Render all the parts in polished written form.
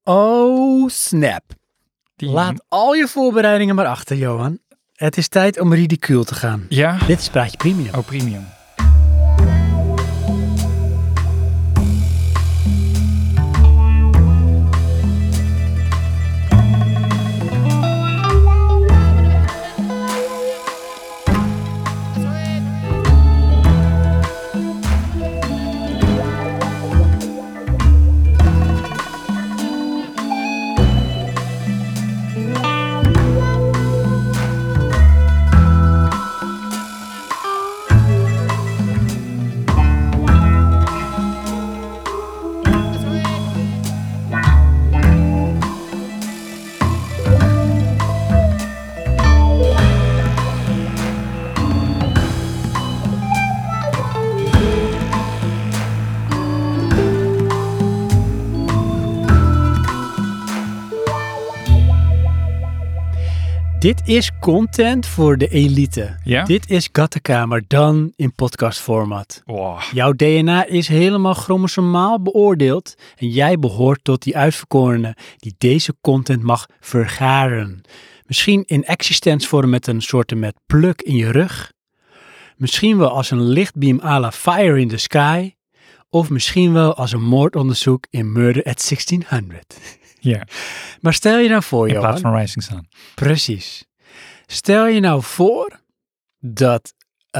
Oh, snap. Laat al je voorbereidingen maar achter, Johan. Het is tijd om ridicuul te gaan. Ja? Dit is Praatje Premium. Oh, premium. Dit is content voor de elite. Ja? Dit is Gattaca, maar dan in podcastformat. Wow. Jouw DNA is helemaal chromosomaal beoordeeld en jij behoort tot die uitverkorenen die deze content mag vergaren. Misschien in existensvorm met een soort met pluk in je rug. Misschien wel als een lichtbeam à la Fire in the Sky. Of misschien wel als een moordonderzoek in Murder at 1600. Ja, Maar stel je nou voor, in Johan. plaats van Rising Sun. Precies. Stel je nou voor dat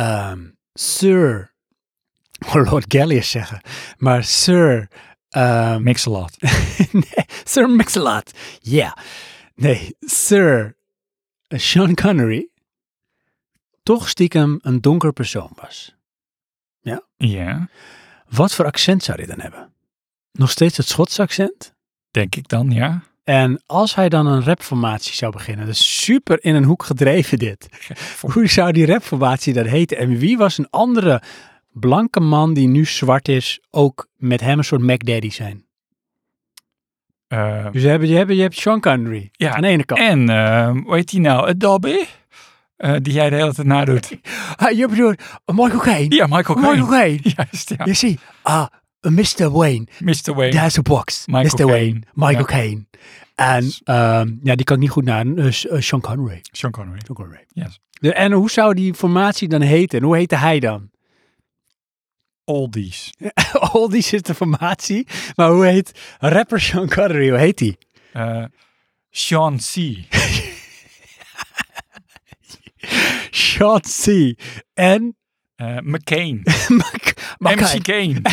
Sir, Lord Gallius zeggen, maar Sir, Mix-a-lot. nee, Sir Mix-a-Lot, ja. Nee, Sir Sean Connery toch stiekem een donker persoon was. Ja, Wat voor accent zou hij dan hebben? Nog steeds het Schotse accent? denk ik dan, ja. En als hij dan een rapformatie zou beginnen, dat is super in een hoek gedreven dit. Hoe zou die rapformatie dan heten? En wie was een andere blanke man die nu zwart is, ook met hem een soort Mac Daddy zijn? Dus je hebt Sean Connery Ja, aan de ene kant. En, hoe heet die nou? Adobe? Die jij de hele tijd nadoet. Je bedoelt Michael Caine? Ja, Michael Caine. Michael Caine. Juist, ja. Je ziet, Mr. Wayne. Mr. Wayne. There's a box. Michael Mr. Wayne. Caine. Michael Ja. Caine. En die kan ik niet goed nadoen. Sean Connery. Sean Connery. Sean Connery. Yes. En hoe zou die formatie dan heten? En hoe heette hij dan? Oldies. Oldies is de formatie. Maar hoe heet rapper Sean Connery? Hoe heet hij? Sean C. Sean C. En? McCain. Mackay. MC Kane.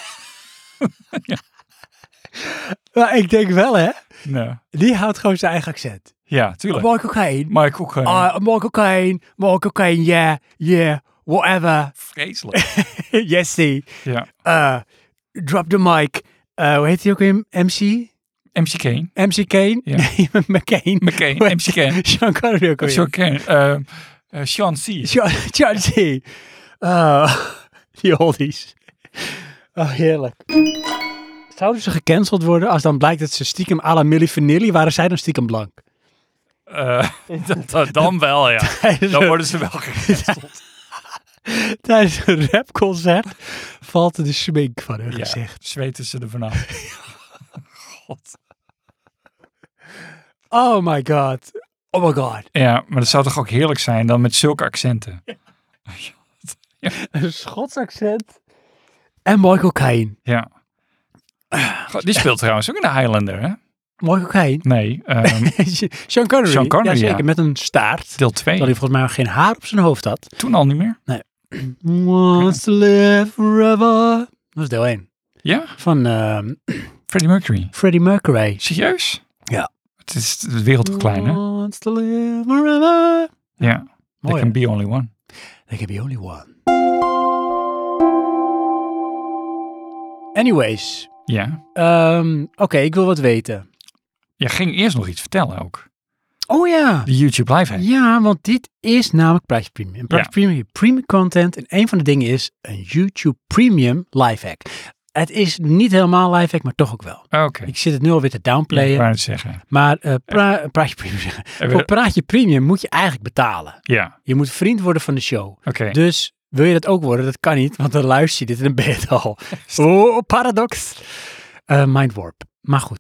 Maar ik denk wel, hè? Nee. Die houdt gewoon zijn eigen accent. Ja, tuurlijk. Michael Caine. Michael Caine. Michael Caine. Michael Caine, yeah, whatever. Vreselijk. Yes, see. Ja. Drop the mic. Hoe heet hij ook weer? MC? MC Kane. MC Kane? Ja. Nee, McCain. McCain. MC Kane. Sean Connery ook weer. Sean Kane. Sean C. Sean C. Die oldies. Oh, heerlijk. Zouden ze gecanceld worden als dan blijkt dat ze stiekem à la Milli Vanilli waren zij dan stiekem blank? Dan wel, ja. Dan worden ze wel gecanceld. Tijdens een rapconcert valt er de smink van hun Ja, gezicht. zweten ze er vanaf. God. Oh my god. Oh my god. Ja, maar dat zou toch ook heerlijk zijn dan met zulke accenten. Een Schots accent. En Michael Caine. Ja. God, die speelt trouwens ook in de Highlander, hè? Michael Caine. Nee, Sean Connery. Sean Connery, ja, zeker. ja. Met een staart. deel 2. Dat hij volgens mij geen haar op zijn hoofd had. Toen al niet meer. Wants to live forever. Dat was deel 1. Ja? Van Freddie Mercury. Freddie Mercury. Serieus? Ja. Het is de wereld toch klein, hè? Wants to live forever. Ja. Mooi, There can be only one. There can be only one. Anyways. Ja. Oké, ik wil wat weten. Je ging eerst nog iets vertellen ook. Oh ja. De YouTube live hack. Ja, want dit is namelijk Praatje Premium. Praatje Premium, premium content. En een van de dingen is een YouTube Premium live hack. Het is niet helemaal live hack, maar toch ook wel. Oké. Ik zit het nu alweer te downplayen. Ik wou het zeggen. Maar Praatje Premium zeggen. Voor Praatje Premium moet je eigenlijk betalen. Ja. Je moet vriend worden van de show. Oké. Dus wil je dat ook worden? Dat kan niet, want dan luister je dit en dan ben je het al. Oh, paradox. Mind warp. Maar goed.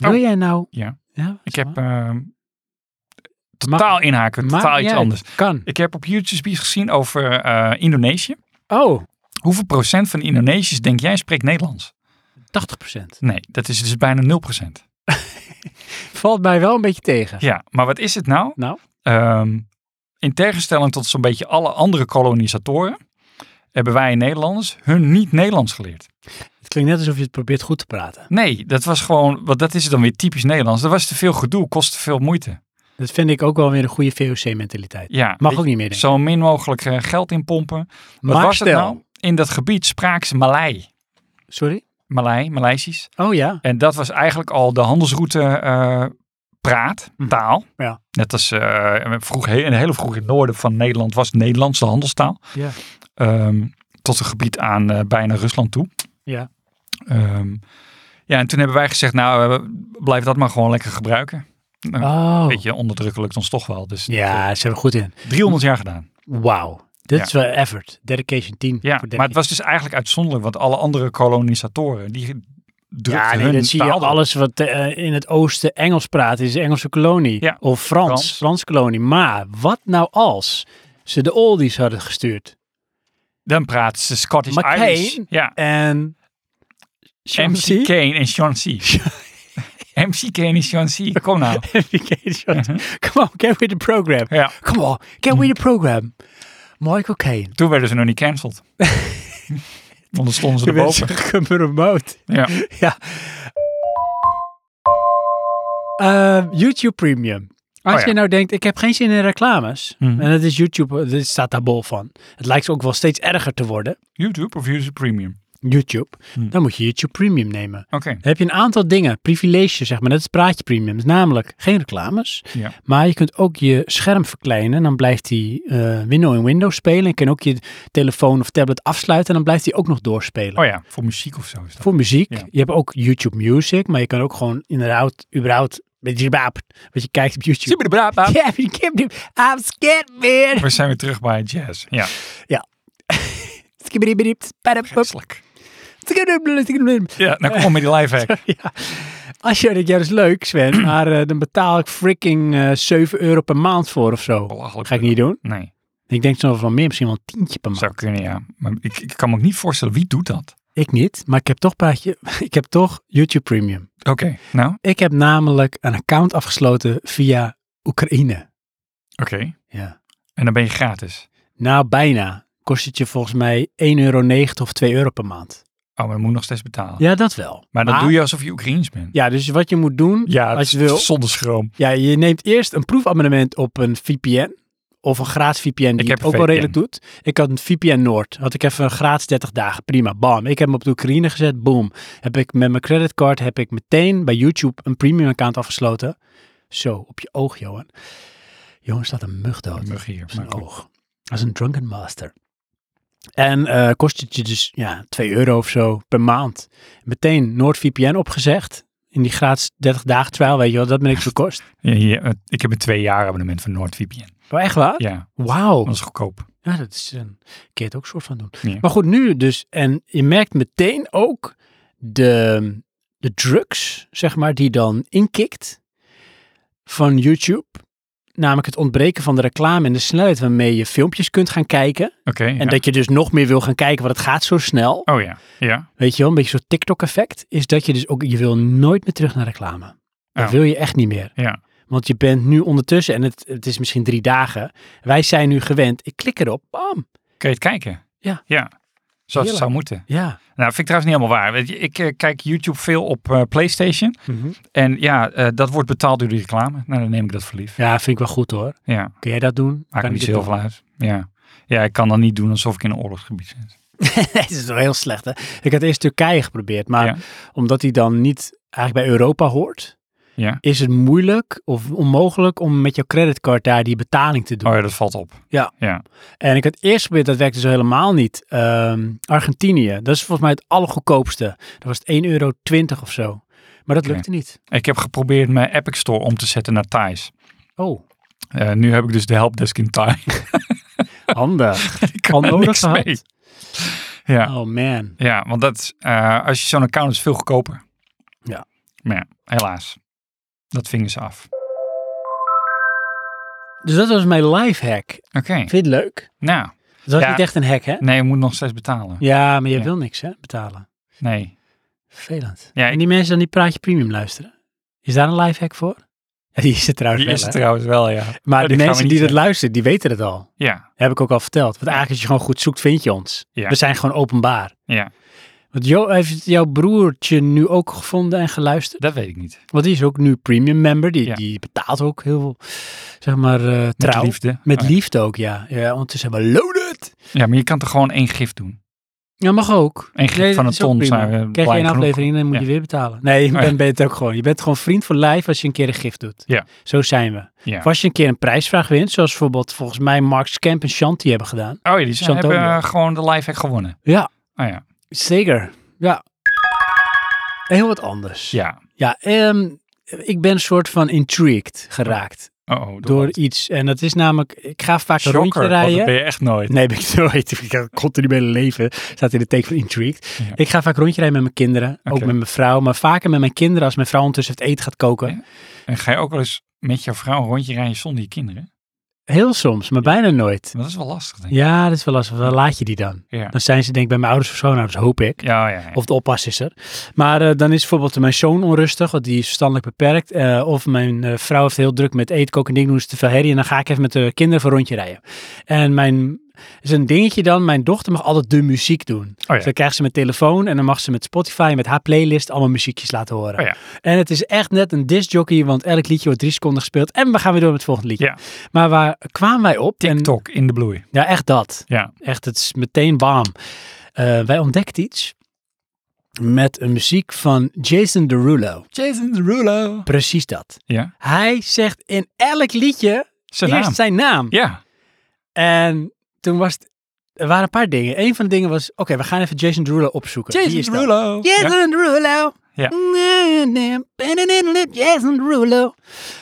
Wil jij nou... Ja. Ja, Ik heb totaal inhaken, totaal iets anders. Kan. Ik heb op YouTube iets gezien over Indonesië. Oh, Hoeveel procent van Indonesiërs denk jij spreekt Nederlands? 80%. Nee, dat is dus bijna 0%. Valt mij wel een beetje tegen. Ja, maar wat is het nou? Nou? In tegenstelling tot zo'n beetje alle andere kolonisatoren, hebben wij Nederlanders hun niet Nederlands geleerd. Het klinkt net alsof je het probeert goed te praten. Nee, dat was gewoon, want dat is dan weer typisch Nederlands. Er was te veel gedoe, kostte veel moeite. Dat vind ik ook wel weer een goede VOC-mentaliteit. Ja, Mag ook niet meer, denk ik. Zo min mogelijk geld inpompen. Wat Maar was het stel- nou? In dat gebied spraken ze Malai. Sorry? Maleisisch. Oh ja. En dat was eigenlijk al de handelsroute taal. Ja. Net als een hele vroeg in het noorden van Nederland was Nederlands de handelstaal. Ja. Tot een gebied aan bijna Rusland toe. Ja. Ja, en toen hebben wij gezegd, nou, blijf dat maar gewoon lekker gebruiken. Oh. Weet je, onderdrukkelijk ons toch wel. Dus Ja, ze hebben goed in. 300 jaar gedaan. Wauw. Dit is wel effort. Dedication 10. Ja, maar het was dus eigenlijk uitzonderlijk, want alle andere kolonisatoren, die drukten hun dan zie je taal erop. alles wat in het oosten Engels praat, is een Engelse kolonie. Ja. Of Franse kolonie. Maar wat nou als ze de oldies hadden gestuurd? Dan praten ze Scottish McCain Irish. Ja. en... MC Kane en Sean C. MC Kane en Sean C. Kom nou. Come on, get with the program. Ja. Come on, get with the program. Michael Caine. Toen werden ze nog niet cancelled. Want dan stonden ze Toen werd erboven. ze gepromoot. Ja. Ja. YouTube Premium. Als ja. je nou denkt, ik heb geen zin in reclames. Mhm. En dat is YouTube, dit staat daar bol van. Het lijkt ook wel steeds erger te worden. YouTube of YouTube Premium? YouTube. Dan moet je YouTube Premium nemen. Oké. Dan heb je een aantal dingen, privileges zeg maar, net als Praatje Premium. Dus namelijk geen reclames, Ja. maar je kunt ook je scherm verkleinen. En dan blijft die window in Windows spelen. Je kan ook je telefoon of tablet afsluiten en dan blijft die ook nog doorspelen. Oh ja, voor muziek of zo is dat. Voor muziek. Ja. Je hebt ook YouTube Music, maar je kan ook gewoon inderdaad, überhaupt, wat je kijkt op YouTube. Ja, I'm scared, man. We zijn weer terug bij jazz. Ja. Vreselijk. Ja, nou kom op met die lifehack. Ja. Als je denkt, ja, dat is leuk, Sven, maar dan betaal ik freaking €7 per maand voor of zo. Belachelijk. Ga ik niet doen. Nee, Ik denk zo van meer, misschien wel €10 per maand. zou kunnen, ja. Maar ik kan me ook niet voorstellen, wie doet dat? Ik niet, maar ik heb toch YouTube Premium. Oké, nou. Ik heb namelijk een account afgesloten via Oekraïne. Oké. Ja. En dan ben je gratis. Nou, bijna. Kost het je volgens mij €1,90 of €2 per maand. Oh, maar dan moet je nog steeds betalen. Ja, dat wel. Maar dan doe je alsof je Oekraïens bent. Ja, dus wat je moet doen, Ja, als je wil. zonder schroom. Ja, je neemt eerst een proefabonnement op een VPN. Of een gratis VPN die heb het ook een wel VPN. redelijk doet. Ik had een VPN Noord. Had ik even een gratis 30 dagen. Prima, bam. Ik heb hem op de Oekraïne gezet. Boom. Heb ik met mijn creditcard meteen bij YouTube een premium account afgesloten. Zo, op je oog, Johan. Johan, staat een mug dood. Een mug hier, op zijn maar goed. oog. Dat is een drunken master. En kost het je dus €2 of zo per maand. Meteen NordVPN opgezegd. In die gratis 30 dagen trial, weet je wel. Dat ben ik gekost. Ja, ik heb een 2 jaar abonnement van NordVPN. Oh, echt waar? Ja, Wauw. dat is goedkoop. Ja, dat is kun je het ook soort van doen. Ja. Maar goed, nu dus. En je merkt meteen ook de drugs, zeg maar, die dan inkikt van YouTube. Namelijk het ontbreken van de reclame en de snelheid waarmee je filmpjes kunt gaan kijken. Oké, En ja. dat je dus nog meer wil gaan kijken, want het gaat zo snel. Oh ja, ja. Weet je wel, een beetje zo'n TikTok-effect. Is dat je dus ook, je wil nooit meer terug naar reclame. Dat Oh. wil je echt niet meer. Ja. Want je bent nu ondertussen, en het is misschien 3 dagen. Wij zijn nu gewend. Ik klik erop, bam. Kun je het kijken? Ja. Ja, zoals het Heerlijk. zou moeten. Ja. Nou, vind ik trouwens niet helemaal waar. Weet je, ik kijk YouTube veel op PlayStation. En ja, dat wordt betaald door die reclame. Nou, dan neem ik dat voor lief. Ja, vind ik wel goed hoor. Ja, Kun jij dat doen? maakt Kan niet ik zo heel dit veel uit. Ja. Ja, ik kan dan niet doen alsof ik in een oorlogsgebied zit. doen? Het is toch heel slecht hè. Ik had eerst Turkije geprobeerd, maar Ja. omdat hij dan niet eigenlijk bij Europa hoort, Ja. is het moeilijk of onmogelijk om met jouw creditcard daar die betaling te doen. Oh ja, dat valt op. Ja. Ja. En ik had eerst geprobeerd, dat werkte zo helemaal niet. Argentinië, dat is volgens mij het allergoedkoopste. Dat was het €1,20 of zo. Maar dat Oké. lukte niet. Ik heb geprobeerd mijn Epic Store om te zetten naar Thais. Oh, Nu heb ik dus de helpdesk in Thai. handig. Ik kan Al er nodig niks gehad? mee. Ja. Oh man. Ja, want dat is, als je zo'n account is veel goedkoper. Ja. Maar ja, helaas. Dat vingen ze af. Dus dat was mijn lifehack. Oké. Vind je het leuk? Nou. Dat was niet echt een hack, hè? Nee, je moet nog steeds betalen. Ja, maar je wil niks, hè? Betalen. Nee. Vervelend. Ja, En die mensen dan die Praatje Premium luisteren. Is daar een lifehack voor? Ja, die is er trouwens Die wel, is het hè? trouwens wel, ja. Maar de die gaan we mensen niet die dat zeggen. luisteren, die weten het al. Ja. Heb ik ook al verteld. Want eigenlijk als je gewoon goed zoekt, vind je ons. Ja. We zijn gewoon openbaar. Ja. Want heeft jouw broertje nu ook gevonden en geluisterd? Dat weet ik niet. Want die is ook nu premium member. Ja. Die betaalt ook heel veel, zeg maar, trouw. Met liefde. Met Oh, ja. liefde ook, ja. Ja, ondertussen hebben we loaded. Ja, maar je kan toch gewoon 1 gift doen? Ja, mag ook. Een gift van dat een is ook ton prima. zijn we Krijg je blij één genoeg. aflevering en dan moet Ja. je weer betalen. Nee, ja. ben je het ook gewoon. Je bent gewoon vriend voor life als je een keer een gift doet. Ja. Zo zijn we. Ja. Of als je een keer een prijsvraag wint, zoals bijvoorbeeld volgens mij Mark Scamp en Shanti hebben gedaan. Oh ja, die Chantonio. hebben gewoon de lifehack gewonnen. Ja, Oh ja. zeker. Ja. Heel wat anders. Ja. Ja, ik ben een soort van intrigued geraakt door wat? iets. En dat is namelijk, ik ga vaak een Shocker, rondje want rijden. dat ben je echt nooit. Nee, ben ik nooit. Ik ga continu bij mijn leven. Staat in de teken van intrigued. Ja. Ik ga vaak rondje rijden met mijn kinderen. Ook Oké. met mijn vrouw. Maar vaker met mijn kinderen als mijn vrouw ondertussen het eten gaat koken. Ja. En ga je ook wel eens met jouw vrouw een rondje rijden zonder je kinderen? Heel soms, maar bijna nooit. Dat is wel lastig, denk ik. Ja, dat is wel lastig. Waar laat je die dan? Ja. Dan zijn ze denk ik bij mijn ouders of schoonouders, hoop ik. Ja. Of de oppas is er. Maar dan is bijvoorbeeld mijn zoon onrustig, want die is verstandelijk beperkt. Of mijn vrouw heeft heel druk met eten, koken en dingen doen, is te veel herrie. En dan ga ik even met de kinderen voor een rondje rijden. En is een dingetje dan, mijn dochter mag altijd de muziek doen. ja. Dus dan krijgt ze mijn telefoon en dan mag ze met Spotify, met haar playlist, allemaal muziekjes laten horen. Oh ja. En het is echt net een discjockey, want elk liedje wordt 3 seconden gespeeld. En we gaan weer door met het volgende liedje. Ja. Maar waar kwamen wij op? TikTok in de bloei. Ja, echt dat. Ja. Echt, het is meteen bam. Wij ontdekten iets met een muziek van Jason Derulo. Jason Derulo. Precies dat. Ja. Hij zegt in elk liedje Zijn eerst naam. zijn naam. Ja. En toen er waren een paar dingen. Een van de dingen was, oké, we gaan even Jason Derulo opzoeken. Wie Jason is dat? Derulo. Jason Derulo. Ja. Jason Derulo.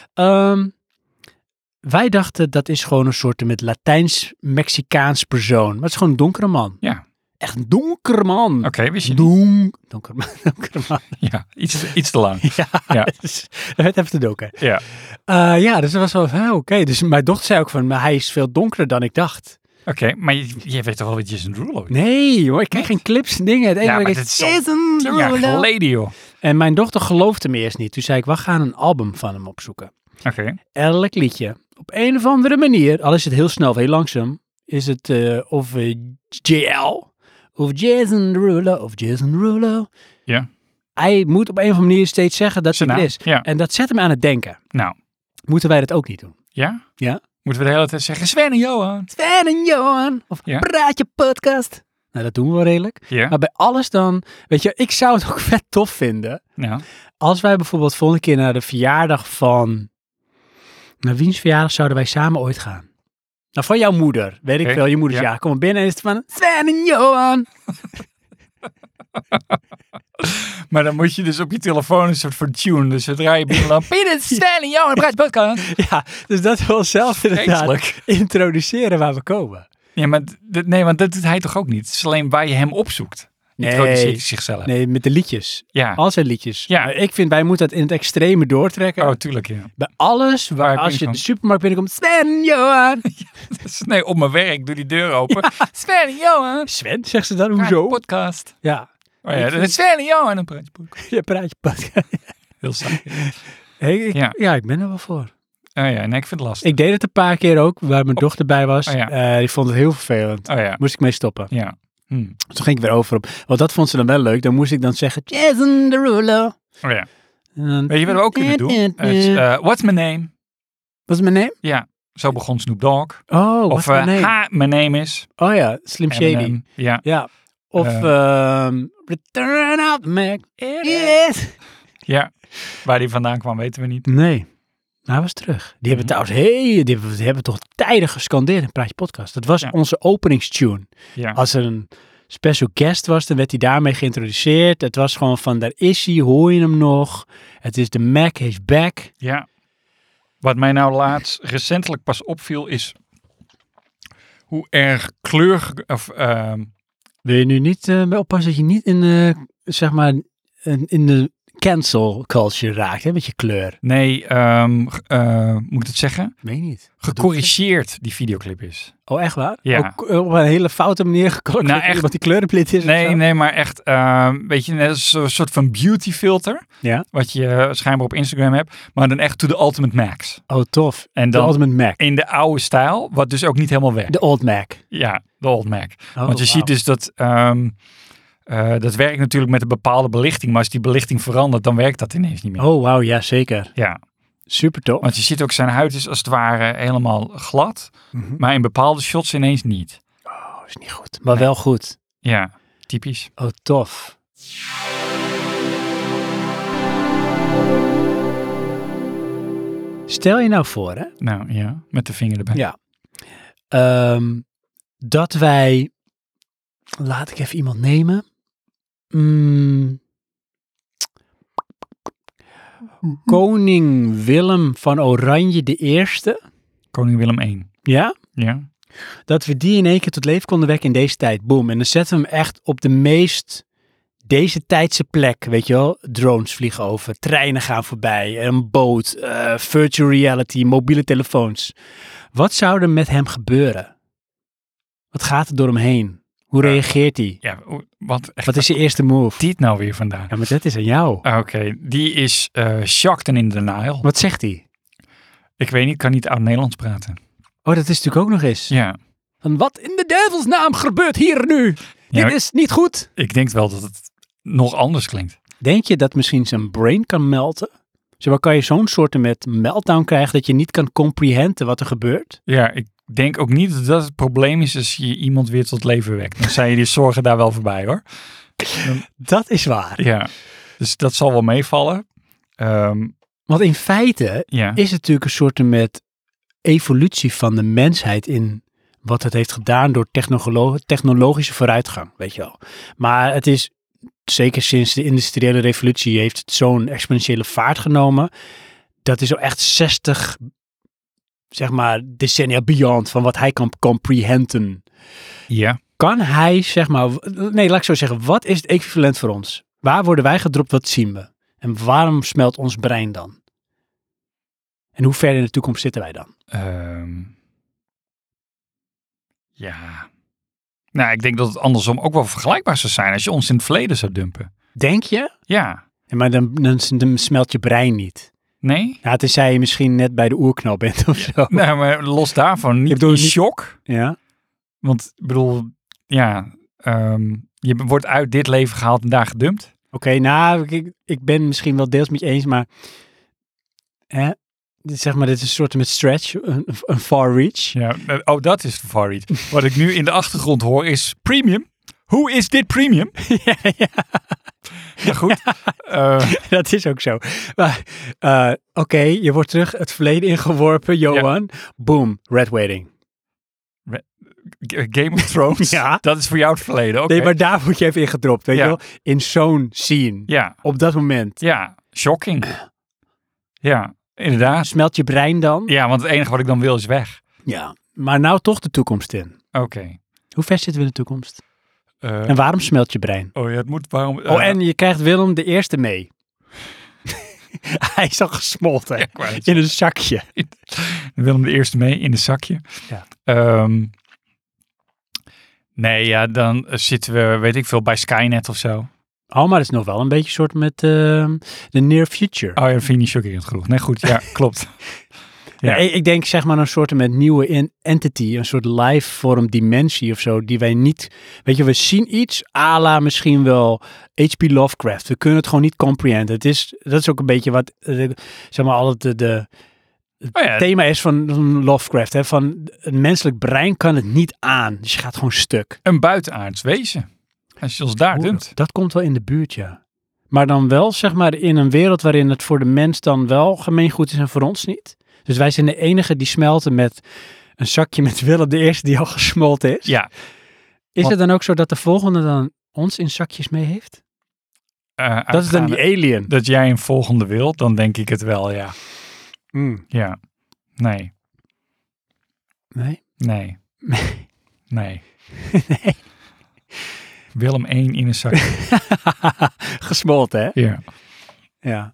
Wij dachten dat is gewoon een soort met Latijns-Mexicaans persoon. Maar het is gewoon een donkere man. Ja. Echt een donkere man. Oké, wist je niet? Donkere man. Ja, iets te lang. Ja, Ja. dus, dat werd even te donker. Ja. Ja, dus dat was wel, oké. Dus mijn dochter zei ook van, maar hij is veel donkerder dan ik dacht. Oké, maar je weet toch wel wat Jason Derulo is? Nee, joh, ik krijg geen clips en dingen. Het enige Ja, wat maar ik dit is weet, al Jason 10 jaar Derulo. geleden, joh. En mijn dochter geloofde me eerst niet. Toen zei ik, we gaan een album van hem opzoeken. Oké. Elk liedje, op een of andere manier, al is het heel snel of heel langzaam, is het of JL, of Jason Derulo, of Jason Derulo. Ja. Hij moet op een of andere manier steeds zeggen dat Zijn hij er naam, is. ja. En dat zet hem aan het denken. Nou, Moeten wij dat ook niet doen? ja? Ja? Moeten we de hele tijd zeggen, Sven en Johan? Sven en Johan, of Ja. Praatje Podcast. Nou, dat doen we wel redelijk. Ja. Maar bij alles dan, weet je, ik zou het ook vet tof vinden Nou, als wij bijvoorbeeld volgende keer naar de verjaardag van, naar wiens verjaardag zouden wij samen ooit gaan? Nou, van jouw moeder, weet ik Oké, veel. Je moeder ja. ja. Kom maar binnen en is het van Sven en Johan. maar dan moet je dus op je telefoon een soort van tune. Dus zodra je binnenloopt, Peter, Sven en Johan, Praatje Podcast. Ja, dus dat wil zelf inderdaad Vreselijk. introduceren waar we komen. Ja, maar nee, want dat doet hij toch ook niet? Het is alleen waar je hem opzoekt. Introduceert hij zichzelf. Nee, met de liedjes. Ja. Al zijn liedjes. Ja. Maar ik vind, wij moeten dat in het extreme doortrekken. Oh, tuurlijk, ja. Bij alles, waar ik als je binnenkom. de supermarkt binnenkomt, Sven, Johan. Nee, op mijn werk, doe die deur open. Sven en Johan. Sven, zegt ze dan, Praatje hoezo? Podcast. Ja, Oh ja, dat is Sven en Johan een Praatje Podcast. je praatje podcast. Heel saai. Ja, ik ben er wel voor. Oh ja, nee, ik vind het lastig. Ik deed het een paar keer ook, waar mijn dochter bij was. Oh ja. Die vond het heel vervelend. Oh ja. Moest ik mee stoppen. Ja. Toen ging ik weer over op. Want dat vond ze dan wel leuk. Dan moest ik dan zeggen, Jason Derulo. Oh ja. En dan, Weet je wat we ook kunnen doen? What's my name? Wat is mijn name? Ja, zo begon Snoop Dogg. Oh, wat Of is mijn name? Ha, my name is. Oh ja, Slim Shady. Eminem. Ja. Ja. Of Return of the Mac. Yes. Ja. Waar die vandaan kwam, weten we niet. Nee. Hij was terug. Die hebben trouwens, die hebben toch tijden gescandeerd in Praatje Podcast. Dat was Ja. onze openingstune. Ja. Als er een special guest was, dan werd hij daarmee geïntroduceerd. Het was gewoon van, daar is hij, hoor je hem nog. Het is de Mac, he's back. Ja. Wat mij nou laatst recentelijk pas opviel is hoe erg kleur... Wil je nu niet oppassen dat je niet in, zeg maar, in de cancel culture raakt, hè, met je kleur. Nee, moet ik het zeggen? Weet niet. Gecorrigeerd die videoclip is. Oh, echt waar? Ja. Ook op een hele foute manier gekocht. Nou, echt. Iemand die kleurenblind is. Nee, maar echt, weet je, net als een soort van beauty filter. Ja. Wat je schijnbaar op Instagram hebt. Maar dan echt to the ultimate max. Oh, tof. En De dan Ultimate Mac. in de oude stijl, wat dus ook niet helemaal werkt. De Old Mac. Ja, de old Mac. Oh, Want je ziet dus dat, dat werkt natuurlijk met een bepaalde belichting. Maar als die belichting verandert, dan werkt dat ineens niet meer. Oh, wauw. Ja, zeker. Ja, Super tof. want je ziet ook zijn huid is als het ware helemaal glad. Mhm. Maar in bepaalde shots ineens niet. Oh, is niet goed. Maar Nee. wel goed. Ja, typisch. Oh, tof. Stel je nou voor, hè, Nou ja, met de vinger erbij. Ja. Dat wij, laat ik even iemand nemen. Koning Willem van Oranje de Eerste. Koning Willem I. Ja? Ja. Dat we die in één keer tot leven konden wekken in deze tijd. Boom. En dan zetten we hem echt op de meest deze tijdse plek. Weet je wel? Drones vliegen over. Treinen gaan voorbij. Een boot. Virtual reality. Mobiele telefoons. Wat zou er met hem gebeuren? Wat gaat er door hem heen? Hoe reageert hij? Ja, wat Wat is je eerste move? dit nou weer vandaan? Ja, maar dat is aan jou. Oké, die is shocked en in denial. Wat zegt hij? Ik weet niet, ik kan niet oud-Nederlands praten. Oh, dat is natuurlijk ook nog eens. Ja. Van wat in de duivelsnaam gebeurt hier nu? Ja, Dit is niet goed. ik denk wel dat het nog anders klinkt. Denk je dat misschien zijn brain kan melten? Zo kan je zo'n soort met meltdown krijgen dat je niet kan comprehenden wat er gebeurt? Ja, ik denk ook niet dat dat het probleem is als je iemand weer tot leven wekt. Dan zijn je die zorgen daar wel voorbij, hoor. Dat is waar. Ja, dus dat zal wel meevallen. Want in feite Ja. is het natuurlijk een soort met evolutie van de mensheid in wat het heeft gedaan door technologische vooruitgang, weet je wel. Maar het is, zeker sinds de industriële revolutie, heeft het zo'n exponentiële vaart genomen. Dat is zo echt 60, zeg maar, decennia beyond van wat hij kan comprehenden. Ja. Kan hij, zeg maar, nee, laat ik zo zeggen, wat is het equivalent voor ons? Waar worden wij gedropt, wat zien we? En waarom smelt ons brein dan? En hoe ver in de toekomst zitten wij dan? Ja. Nou, ik denk dat het andersom ook wel vergelijkbaar zou zijn als je ons in het verleden zou dumpen. Denk je? Ja. Ja, maar dan smelt je brein niet. Nee? Ja, tenzij je misschien net bij de oerknal bent of zo. Nou, maar los daarvan, niet bedoelt in niet- shock. Ja. Want, ik bedoel, ja, je wordt uit dit leven gehaald en daar gedumpt. Oké, nou, ik ben misschien wel deels met je eens, maar zeg maar, dit is een soort met stretch, een far reach. Ja, dat is de far reach. Wat ik nu in de achtergrond hoor is premium. Hoe is dit premium? ja, Ja, goed. dat is ook zo. Maar, oké, je wordt terug het verleden ingeworpen, Johan. Boom, Red Wedding. Game of Thrones. Ja. Dat is voor jou het verleden. Oké. Nee, maar daar word je even in gedropt, weet Ja. je wel? In zo'n scene. Ja, Op dat moment. ja, shocking. Ja, inderdaad. Smelt je brein dan? Ja, want het enige wat ik dan wil is weg. Ja. Maar nou toch de toekomst in. Oké. Hoe ver zitten we in de toekomst? En waarom smelt je brein? Oh ja, het moet, waarom... Oh, en je krijgt Willem de Eerste mee. Hij is al gesmolten. Ja, ik wou het in een zakje. Willem de Eerste mee in een zakje. Ja. Nee, ja, dan zitten we, weet ik veel, bij Skynet of zo. Oh, maar dat is nog wel een beetje soort met de near future. Oh ja, dat vind je niet chockerend genoeg. Nee, goed, ja, klopt. Ja. Ja, ik denk zeg maar een soort met nieuwe entity, een soort life vorm dimensie of zo, die wij niet, weet je, we zien iets à la misschien wel H.P. Lovecraft. We kunnen het gewoon niet comprehenden. Dat is ook een beetje wat, zeg maar, altijd het thema is van Lovecraft, hè, van het menselijk brein kan het niet aan. Dus je gaat gewoon stuk. Een buitenaards wezen. Als je ons daar dumpt. Dat komt wel in de buurt, ja. Maar dan wel, zeg maar, in een wereld waarin het voor de mens dan wel gemeengoed is en voor ons niet. Dus wij zijn de enige die smelten met een zakje met Willem de Eerste die al gesmolten is. Ja. Is het dan ook zo dat de volgende dan ons in zakjes mee heeft? Dat is dan die alien. Dat jij een volgende wilt, dan denk ik het wel, ja. Mm. Ja. Nee. Nee? Nee. Nee. Nee. Willem 1 in een zakje. Gesmolten, hè? Ja. Ja.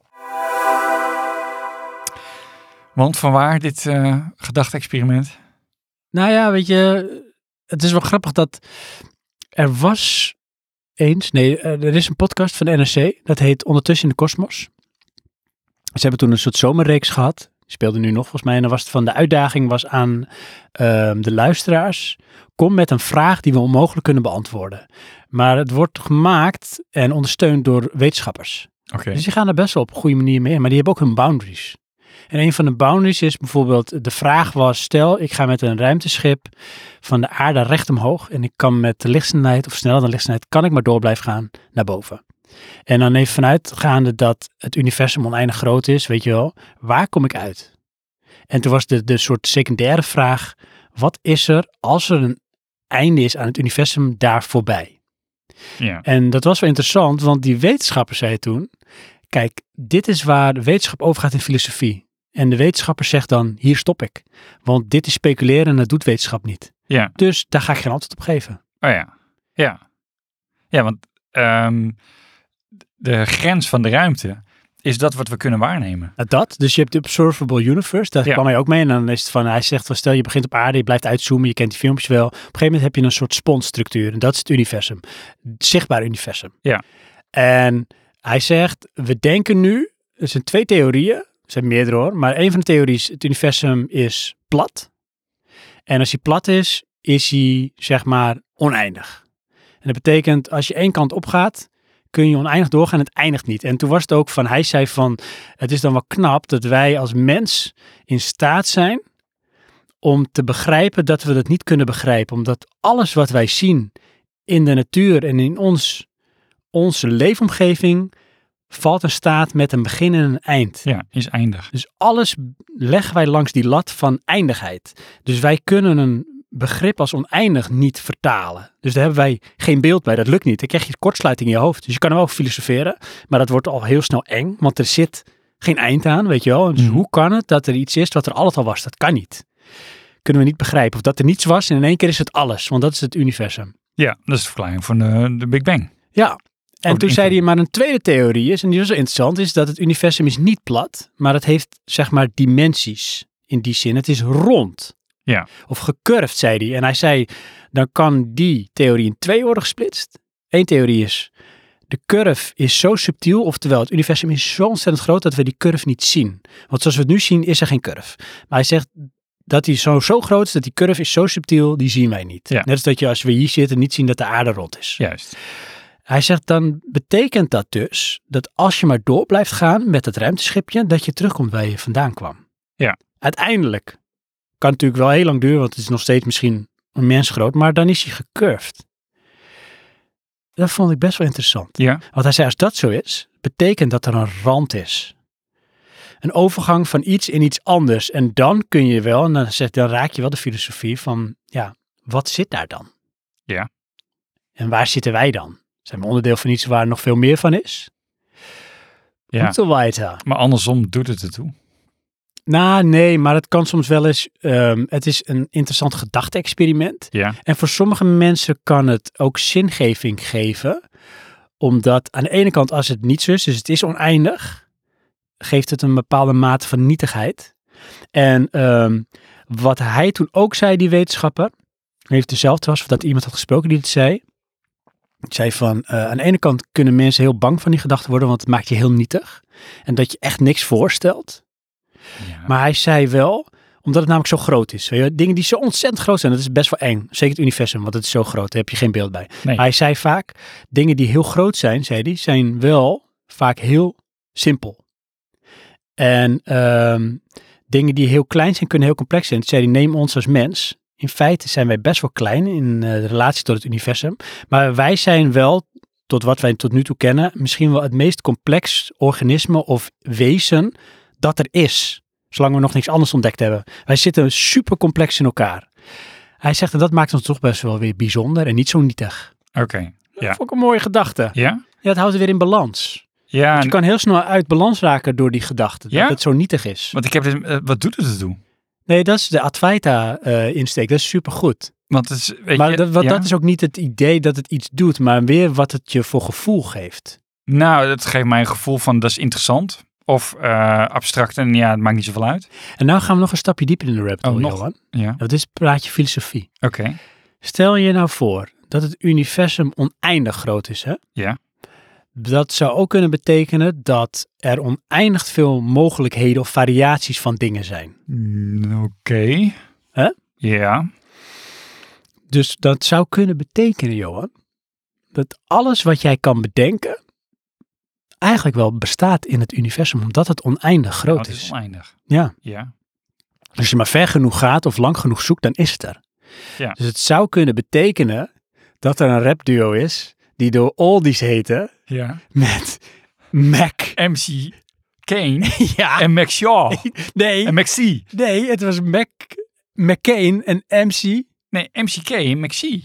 Want vanwaar dit gedachte-experiment? Nou ja, weet je, het is wel grappig dat er was eens, er is een podcast van de NRC, dat heet Ondertussen in de Kosmos. Ze hebben toen een soort zomerreeks gehad, die speelde nu nog volgens mij, en dan was het van de uitdaging was aan de luisteraars, kom met een vraag die we onmogelijk kunnen beantwoorden. Maar het wordt gemaakt en ondersteund door wetenschappers. Oké. Dus die gaan er best wel op een goede manier mee, maar die hebben ook hun boundaries. En een van de boundaries is bijvoorbeeld, de vraag was, stel ik ga met een ruimteschip van de aarde recht omhoog en ik kan met de lichtsnelheid of sneller dan lichtsnelheid, kan ik maar door blijven gaan naar boven. En dan even vanuitgaande dat het universum oneindig groot is, weet je wel, waar kom ik uit? En toen was de soort secundaire vraag, wat is er als er een einde is aan het universum daar voorbij? Ja. En dat was wel interessant, want die wetenschapper zei toen, kijk, dit is waar de wetenschap overgaat in filosofie. En de wetenschapper zegt dan, hier stop ik. Want dit is speculeren en dat doet wetenschap niet. Ja. Dus daar ga ik geen antwoord op geven. Oh ja. Ja. Ja, want de grens van de ruimte is dat wat we kunnen waarnemen. Dus je hebt de Observable Universe, daar kwam hij ook mee. En dan is het van, hij zegt van, stel je begint op aarde, je blijft uitzoomen, je kent die filmpjes wel. Op een gegeven moment heb je een soort sponsstructuur. En dat is het universum. Het zichtbare universum. Ja. En hij zegt, we denken nu, er zijn 2 theorieën. Er zijn meerdere hoor, maar een van de theorieën is, het universum is plat. En als hij plat is hij zeg maar oneindig. En dat betekent, als je één kant op gaat, kun je oneindig doorgaan en het eindigt niet. En toen was het ook van, hij zei van, het is dan wel knap dat wij als mens in staat zijn om te begrijpen dat we dat niet kunnen begrijpen. Omdat alles wat wij zien in de natuur en in onze leefomgeving valt in staat met een begin en een eind. Ja, is eindig. Dus alles leggen wij langs die lat van eindigheid. Dus wij kunnen een begrip als oneindig niet vertalen. Dus daar hebben wij geen beeld bij. Dat lukt niet. Dan krijg je kortsluiting in je hoofd. Dus je kan er wel over filosoferen, maar dat wordt al heel snel eng, want er zit geen eind aan, weet je wel. Dus hoe kan het dat er iets is wat er altijd al was? Dat kan niet. Kunnen we niet begrijpen. Of dat er niets was en in één keer is het alles, want dat is het universum. Ja, dat is de verklaring van de Big Bang. Ja. En toen zei hij, maar een tweede theorie is, en die was wel interessant, is dat het universum is niet plat, maar het heeft, zeg maar, dimensies in die zin. Het is rond. Ja. Of gecurved, zei hij. En hij zei, dan kan die theorie in 2 worden gesplitst. Eén theorie is, de curve is zo subtiel, oftewel het universum is zo ontzettend groot dat we die curve niet zien. Want zoals we het nu zien, is er geen curve. Maar hij zegt dat die zo groot is, dat die curve is zo subtiel, die zien wij niet. Ja. Net als dat je, als we hier zitten, niet zien dat de aarde rond is. Juist. Hij zegt, dan betekent dat dus dat als je maar door blijft gaan met het ruimteschipje, dat je terugkomt waar je vandaan kwam. Ja. Uiteindelijk. Kan natuurlijk wel heel lang duren, want het is nog steeds misschien een mens groot, maar dan is hij gecurved. Dat vond ik best wel interessant. Ja. Want hij zei, als dat zo is, betekent dat er een rand is. Een overgang van iets in iets anders. En dan kun je wel, en dan raak je wel de filosofie van, ja, wat zit daar dan? Ja. En waar zitten wij dan? Zijn we onderdeel van iets waar nog veel meer van is? Ja. Goed weiter. Maar andersom doet het ertoe. Nou, nee, maar het kan soms wel eens, het is een interessant gedachte-experiment. Ja. En voor sommige mensen kan het ook zingeving geven, omdat aan de ene kant als het niet zo is, dus het is oneindig, geeft het een bepaalde mate van nietigheid. En wat hij toen ook zei, die wetenschapper, heeft dezelfde was, of dat iemand had gesproken die het zei. Ik zei van, aan de ene kant kunnen mensen heel bang van die gedachten worden, want het maakt je heel nietig. En dat je echt niks voorstelt. Ja. Maar hij zei wel, omdat het namelijk zo groot is. Weet je, dingen die zo ontzettend groot zijn, dat is best wel eng. Zeker het universum, want het is zo groot, daar heb je geen beeld bij. Nee. Maar hij zei vaak, dingen die heel groot zijn, zei hij, zijn wel vaak heel simpel. En dingen die heel klein zijn, kunnen heel complex zijn. Toen zei hij, neem ons als mens. In feite zijn wij best wel klein in de relatie tot het universum. Maar wij zijn wel, tot wat wij tot nu toe kennen, misschien wel het meest complex organisme of wezen dat er is. Zolang we nog niks anders ontdekt hebben. Wij zitten super complex in elkaar. Hij zegt, en dat maakt ons toch best wel weer bijzonder en niet zo nietig. Oké. Dat Ja. vond ik een mooie gedachte. Ja? Ja, het houdt het weer in balans. Ja. Want je kan heel snel uit balans raken door die gedachte. Ja? Dat het zo nietig is. Want ik heb dit, wat doet het ertoe? Nee, dat is de Advaita-insteek. Dat is supergoed. Want het is, weet Maar je, dat is ook niet het idee dat het iets doet, maar weer wat het je voor gevoel geeft. Nou, dat geeft mij een gevoel van dat is interessant. Of abstract en ja, het maakt niet zoveel uit. En nou gaan we nog een stapje dieper in de rabbit hole, nog? Johan. Ja. Dat is praatje filosofie. Oké. Stel je nou voor dat het universum oneindig groot is, hè? Ja. Dat zou ook kunnen betekenen dat er oneindig veel mogelijkheden of variaties van dingen zijn. Oké. Hè? Ja. Dus dat zou kunnen betekenen, Johan, dat alles wat jij kan bedenken eigenlijk wel bestaat in het universum, omdat het oneindig groot Het is is. oneindig. Ja. Ja. Als je maar ver genoeg gaat of lang genoeg zoekt, dan is het er. Ja. Dus het zou kunnen betekenen dat er een rapduo is die door Oldies heten Ja. met Mac. MC Kane Ja. en Mac Shaw. Nee, En Mac C. nee, het was McCain en MC. Nee, MCK en Mac C.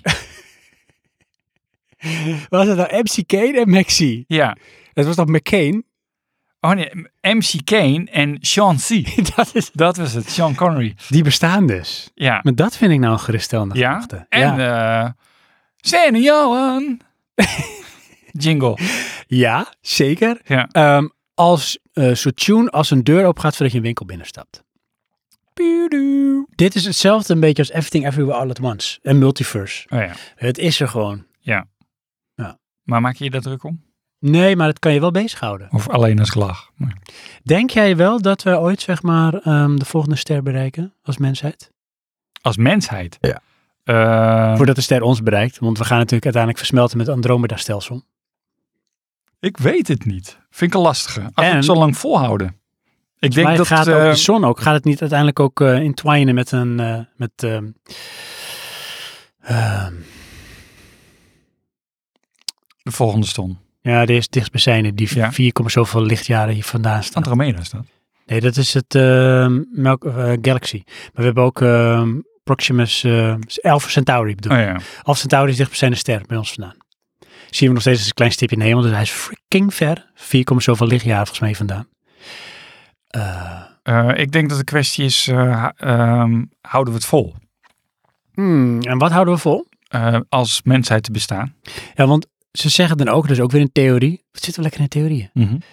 Was het nou MC Kane en Mac C? Ja. Het was toch McCain? Oh nee, MC Kane en Sean C. Dat was het, Sean Connery. Die bestaan dus. Ja. Maar dat vind ik nou een geruststellende Ja. gedachte. En Sven en Johan. Jingle. Ja, zeker. Ja. Als zo'n tune als een deur opgaat voordat je een winkel binnenstapt. Piudu. Dit is hetzelfde een beetje als Everything Everywhere All at Once. En Multiverse. Oh ja. Het is er gewoon. Ja. Ja. Maar maak je je daar druk om? Nee, maar dat kan je wel bezighouden. Of alleen als gelach? Maar... Denk jij wel dat we ooit, zeg maar, de volgende ster bereiken als mensheid? Als mensheid? Ja. Voordat de ster ons bereikt. Want we gaan natuurlijk uiteindelijk versmelten met het Andromeda-stelsel. Ik weet het niet. Vind ik een lastige. Als we En- het zo lang volhouden. Ik denk Maar dat gaat ook de zon ook. Gaat het niet uiteindelijk ook entwinen met een... de volgende stond. ja, de dichtstbijzijnde die Ja. 4, zoveel lichtjaren hier vandaan staat. Andromeda is dat. Nee, dat is het Galaxy. Maar we hebben ook Proximus Alpha Centauri bedoel. Oh ja. Alpha Centauri is dichtstbijzijnde ster bij ons vandaan. Zien we nog steeds als een klein stipje in de hemel. Dus hij is freaking ver. 4, zoveel lichtjaren volgens mij vandaan. Ik denk dat de kwestie is, houden we het vol? En wat houden we vol? Als mensheid te bestaan. Ja, want ze zeggen dan ook, dus ook weer een theorie. Het zit wel lekker in theorieën.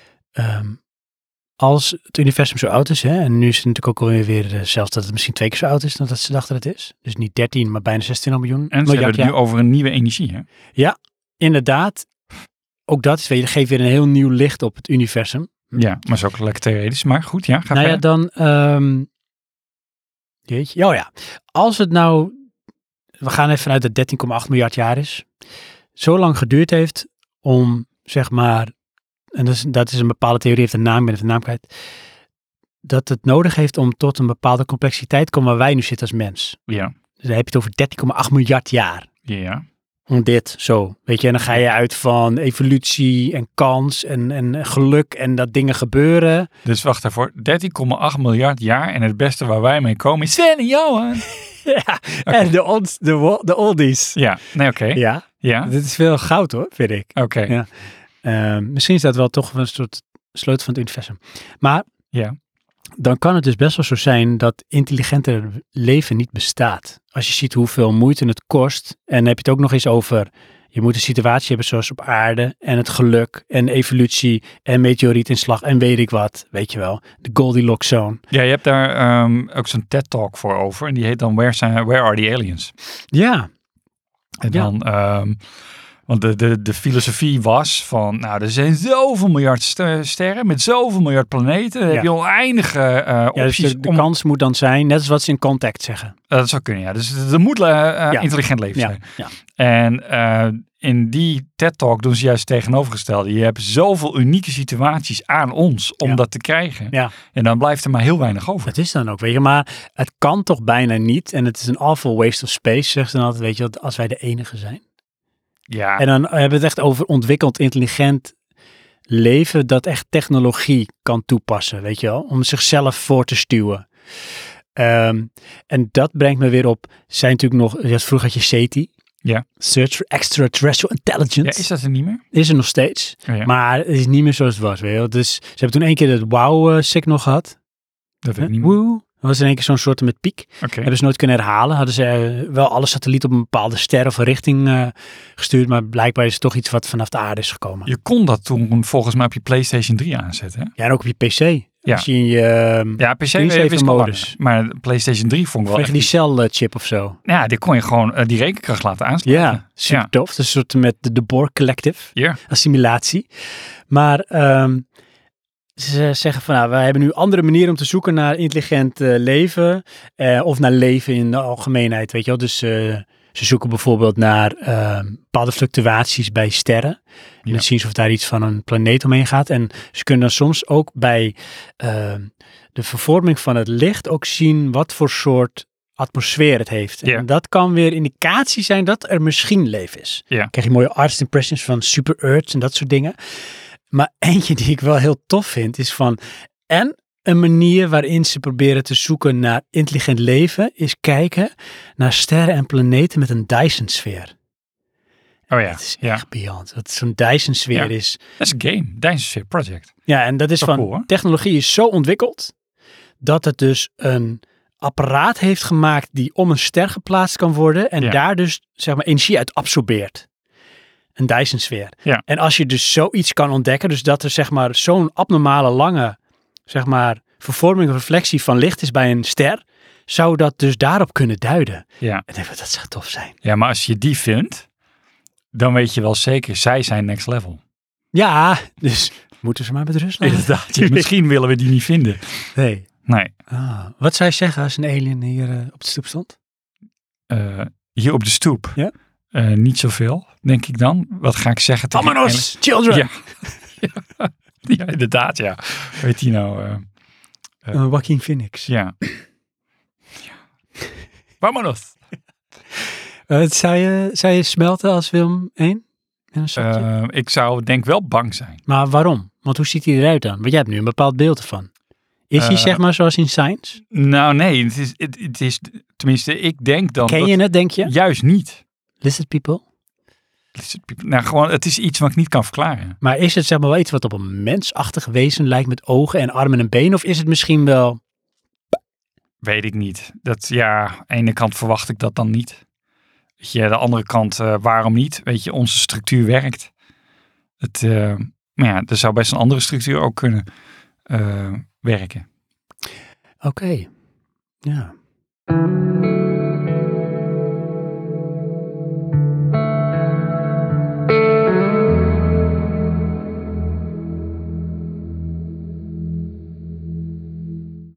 Als het universum zo oud is, hè, en nu is het natuurlijk ook alweer zelfs dat het misschien 2 keer zo oud is dan dat ze dachten dat het is. Dus niet 13, maar bijna 16 miljoen. En ze hebben het nu over een nieuwe energie, hè? Ja, inderdaad. Ook dat is, weet je, geeft weer een heel nieuw licht op het universum. Ja, maar is ook lekker theoretisch. Maar goed, ja, ga Nou ja, verder. dan, jeetje. Oh ja, als het nou, we gaan even vanuit dat 13,8 miljard jaar is, zo lang geduurd heeft om, zeg maar, en dat is een bepaalde theorie, heeft een naam, ik ben even de naam kwijt, dat het nodig heeft om tot een bepaalde complexiteit te komen waar wij nu zitten als mens. Ja. Dus dan heb je het over 13,8 miljard jaar. Ja. Om dit, zo. Weet je, en dan ga je uit van evolutie en kans en geluk en dat dingen gebeuren. Dus wacht even, 13,8 miljard jaar en het beste waar wij mee komen is Sven en Johan. Ja, en de oldies. Ja, nee, oké. Ja, Ja, dit is veel goud hoor, vind ik. oké. Ja. Misschien is dat wel toch een soort sleutel van het universum. Maar Ja. dan kan het dus best wel zo zijn dat intelligenter leven niet bestaat. Als je ziet hoeveel moeite het kost. En dan heb je het ook nog eens over, je moet een situatie hebben zoals op aarde. En het geluk en evolutie en meteorietinslag en weet ik wat. Weet je wel, de Goldilocks zone. Ja, je hebt daar ook zo'n TED-talk voor over. En die heet dan Where Are the Aliens? Ja, En Ja. dan, want de filosofie was van, nou, er zijn zoveel miljard sterren met zoveel miljard planeten. Dan heb je oneindige ja dus opties. de kans moet dan zijn, net als wat ze in Contact zeggen. Dat zou kunnen, ja. Dus er moet intelligent leven zijn. Ja. En in die TED-talk doen ze juist het tegenovergestelde. Je hebt zoveel unieke situaties aan ons om Ja. dat te krijgen. Ja. En dan blijft er maar heel weinig over. Dat is dan ook, weet je. Maar het kan toch bijna niet. En het is een awful waste of space, zegt ze dan altijd, weet je, als wij de enige zijn. Ja, En dan hebben we het echt over ontwikkeld, intelligent leven dat echt technologie kan toepassen, weet je wel. Om zichzelf voor te stuwen. En dat brengt me weer op, zijn natuurlijk nog, vroeger had je SETI. Ja. Search for Extraterrestrial Intelligence. ja, is dat er niet meer? Is er nog steeds. Oh, ja. Maar het is niet meer zoals het was, weet je wel. Dus ze hebben toen 1 keer het wow-signal gehad. Dat weet ik niet meer. Woo, Dat was in één keer zo'n soort met piek. Oké. Hebben ze nooit kunnen herhalen. Hadden ze wel alle satellieten op een bepaalde ster of een richting gestuurd. Maar blijkbaar is het toch iets wat vanaf de aarde is gekomen. Je kon dat toen volgens mij op je PlayStation 3 aanzetten. Hè? Ja, en ook op je PC. Ja. Als je in je Ja, PC screensaver wist ik al modus. langer. Maar de PlayStation 3 vond ik wel vanwege echt die celchip of zo. Ja, die kon je gewoon die rekenkracht laten aansluiten. Ja, super tof. Dat is een soort met de Borg Collective. Ja. Assimilatie. Maar ze zeggen van, nou, we hebben nu andere manieren om te zoeken naar intelligent leven. Of naar leven in de algemeenheid, weet je wel. Dus ze zoeken bijvoorbeeld naar bepaalde fluctuaties bij sterren. En dan zien ze of daar iets van een planeet omheen gaat. En ze kunnen dan soms ook bij de vervorming van het licht ook zien wat voor soort atmosfeer het heeft. En dat kan weer indicatie zijn dat er misschien leven is. Ja. Dan krijg je mooie artist impressions van super Earths en dat soort dingen. Maar eentje die ik wel heel tof vind is van... En een manier waarin ze proberen te zoeken naar intelligent leven... is kijken naar sterren en planeten met een Dyson-sfeer. Oh ja. Dat is echt beyond. Wat zo'n Dyson-sfeer is. Dat is een game. Dyson Project. Ja, en dat is van... Cool, technologie is zo ontwikkeld... dat het dus een apparaat heeft gemaakt... die om een ster geplaatst kan worden... en daar dus zeg maar energie uit absorbeert. Een Dyson-sfeer. Ja. En als je dus zoiets kan ontdekken... dus dat er zeg maar zo'n abnormale lange... zeg maar vervorming of reflectie van licht is bij een ster... zou dat dus daarop kunnen duiden. Ja. En ik denk, dat zou tof zijn. Ja, maar als je die vindt... dan weet je wel zeker... zij zijn next level. Ja, dus moeten ze maar met rust laten. Inderdaad. Ja, misschien willen we die niet vinden. Nee. Nee. Wat zou je zeggen als een alien hier op de stoep stond? Hier op de stoep? Ja. Niet zoveel, denk ik dan. Wat ga ik zeggen? Vamonos, children! Ja. Ja, inderdaad, ja. Weet je nou... Joaquin Phoenix. Ja. Vamonos! Zou je smelten als Willem 1? Ik zou denk wel bang zijn. Maar waarom? Want hoe ziet hij eruit dan? Want jij hebt nu een bepaald beeld ervan. Is hij zeg maar zoals in Science? Nou nee, het is tenminste ik denk dan... Ken je het, denk je? Juist niet. Lizard people? Nou gewoon, het is iets wat ik niet kan verklaren. Maar is het zeg maar wel iets wat op een mensachtig wezen lijkt met ogen en armen en benen? Of is het misschien wel... Weet ik niet. Dat ja, aan de ene kant verwacht ik dat dan niet. Weet je, de andere kant, waarom niet? Weet je, onze structuur werkt. Maar ja, er zou best een andere structuur ook kunnen werken. Oké. Ja.